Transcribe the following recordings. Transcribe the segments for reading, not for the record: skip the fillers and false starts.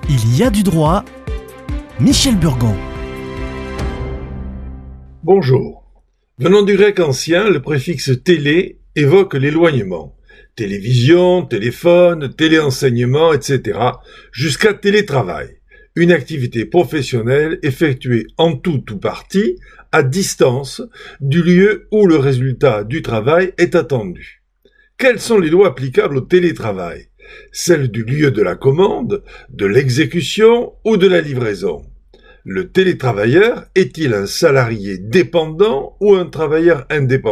Il y a du droit. Michel Burgon. Bonjour. Venant du grec ancien, le préfixe télé évoque l'éloignement. Télévision, téléphone, téléenseignement, etc. jusqu'à télétravail. Une activité professionnelle effectuée en tout ou partie à distance du lieu où le résultat du travail est attendu. Quelles sont les lois applicables au télétravail ? Celles du lieu de la commande, de l'exécution ou de la livraison. Le télétravailleur est-il un salarié dépendant ou un travailleur indépendant ?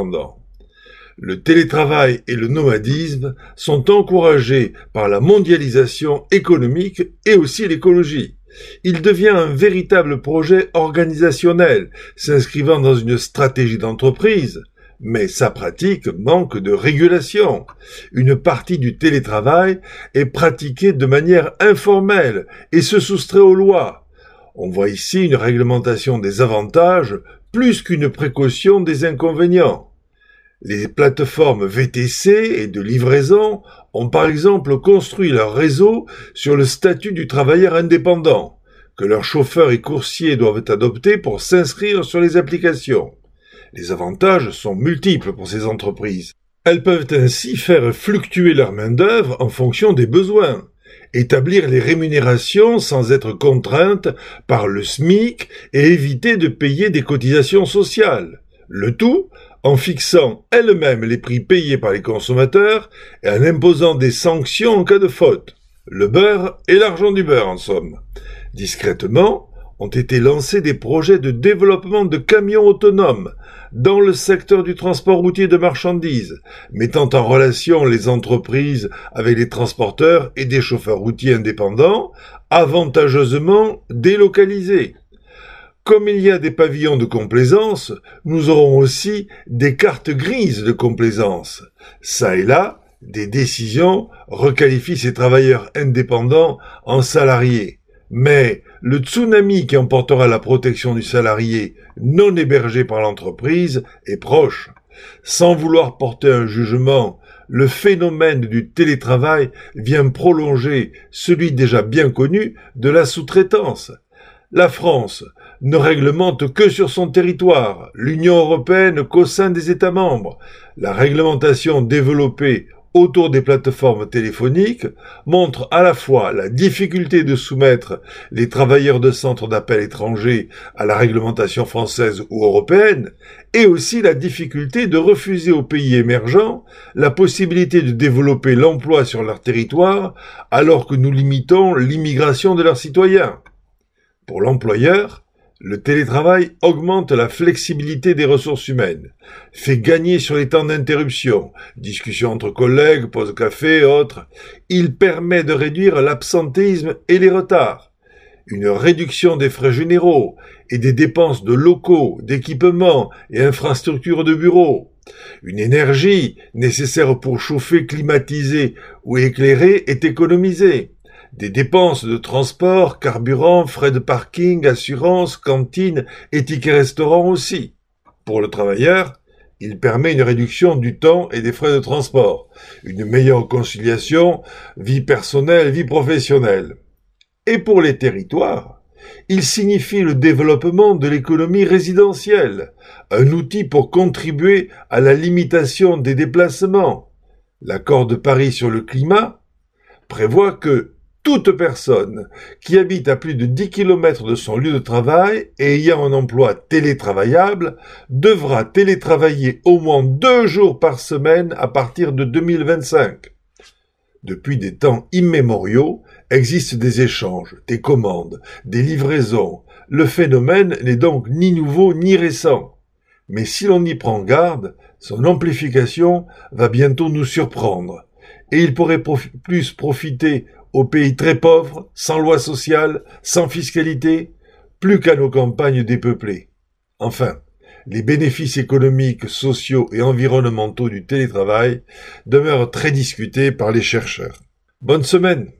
Le télétravail et le nomadisme sont encouragés par la mondialisation économique et aussi l'écologie. Il devient un véritable projet organisationnel, s'inscrivant dans une stratégie d'entreprise, mais sa pratique manque de régulation. Une partie du télétravail est pratiquée de manière informelle et se soustrait aux lois. On voit ici une réglementation des avantages plus qu'une précaution des inconvénients. Les plateformes VTC et de livraison ont par exemple construit leur réseau sur le statut du travailleur indépendant, que leurs chauffeurs et coursiers doivent adopter pour s'inscrire sur les applications. Les avantages sont multiples pour ces entreprises. Elles peuvent ainsi faire fluctuer leur main-d'œuvre en fonction des besoins, établir les rémunérations sans être contraintes par le SMIC et éviter de payer des cotisations sociales. Le tout en fixant elles-mêmes les prix payés par les consommateurs et en imposant des sanctions en cas de faute. Le beurre et l'argent du beurre, en somme. Discrètement, ont été lancés des projets de développement de camions autonomes dans le secteur du transport routier de marchandises, mettant en relation les entreprises avec les transporteurs et des chauffeurs routiers indépendants, avantageusement délocalisés. Comme il y a des pavillons de complaisance, nous aurons aussi des cartes grises de complaisance. Ça et là, des décisions requalifient ces travailleurs indépendants en salariés. Mais le tsunami qui emportera la protection du salarié non hébergé par l'entreprise est proche. Sans vouloir porter un jugement, le phénomène du télétravail vient prolonger celui déjà bien connu de la sous-traitance. La France ne réglemente que sur son territoire, l'Union européenne qu'au sein des États membres. La réglementation développée autour des plateformes téléphoniques montre à la fois la difficulté de soumettre les travailleurs de centres d'appel étrangers à la réglementation française ou européenne, et aussi la difficulté de refuser aux pays émergents la possibilité de développer l'emploi sur leur territoire alors que nous limitons l'immigration de leurs citoyens. Pour l'employeur, le télétravail augmente la flexibilité des ressources humaines, fait gagner sur les temps d'interruption, discussions entre collègues, pause café, autres. Il permet de réduire l'absentéisme et les retards. Une réduction des frais généraux et des dépenses de locaux, d'équipements et infrastructures de bureaux. Une énergie nécessaire pour chauffer, climatiser ou éclairer est économisée. Des dépenses de transport, carburant, frais de parking, assurance, cantine et tickets restaurant aussi. Pour le travailleur, il permet une réduction du temps et des frais de transport, une meilleure conciliation vie personnelle, vie professionnelle. Et pour les territoires, il signifie le développement de l'économie résidentielle, un outil pour contribuer à la limitation des déplacements. L'accord de Paris sur le climat prévoit que toute personne qui habite à plus de 10 km de son lieu de travail et ayant un emploi télétravaillable devra télétravailler au moins 2 jours par semaine à partir de 2025. Depuis des temps immémoriaux, existent des échanges, des commandes, des livraisons. Le phénomène n'est donc ni nouveau ni récent. Mais si l'on y prend garde, son amplification va bientôt nous surprendre. Et il pourrait plus profiter aux pays très pauvres, sans loi sociale, sans fiscalité, plus qu'à nos campagnes dépeuplées. Enfin, les bénéfices économiques, sociaux et environnementaux du télétravail demeurent très discutés par les chercheurs. Bonne semaine!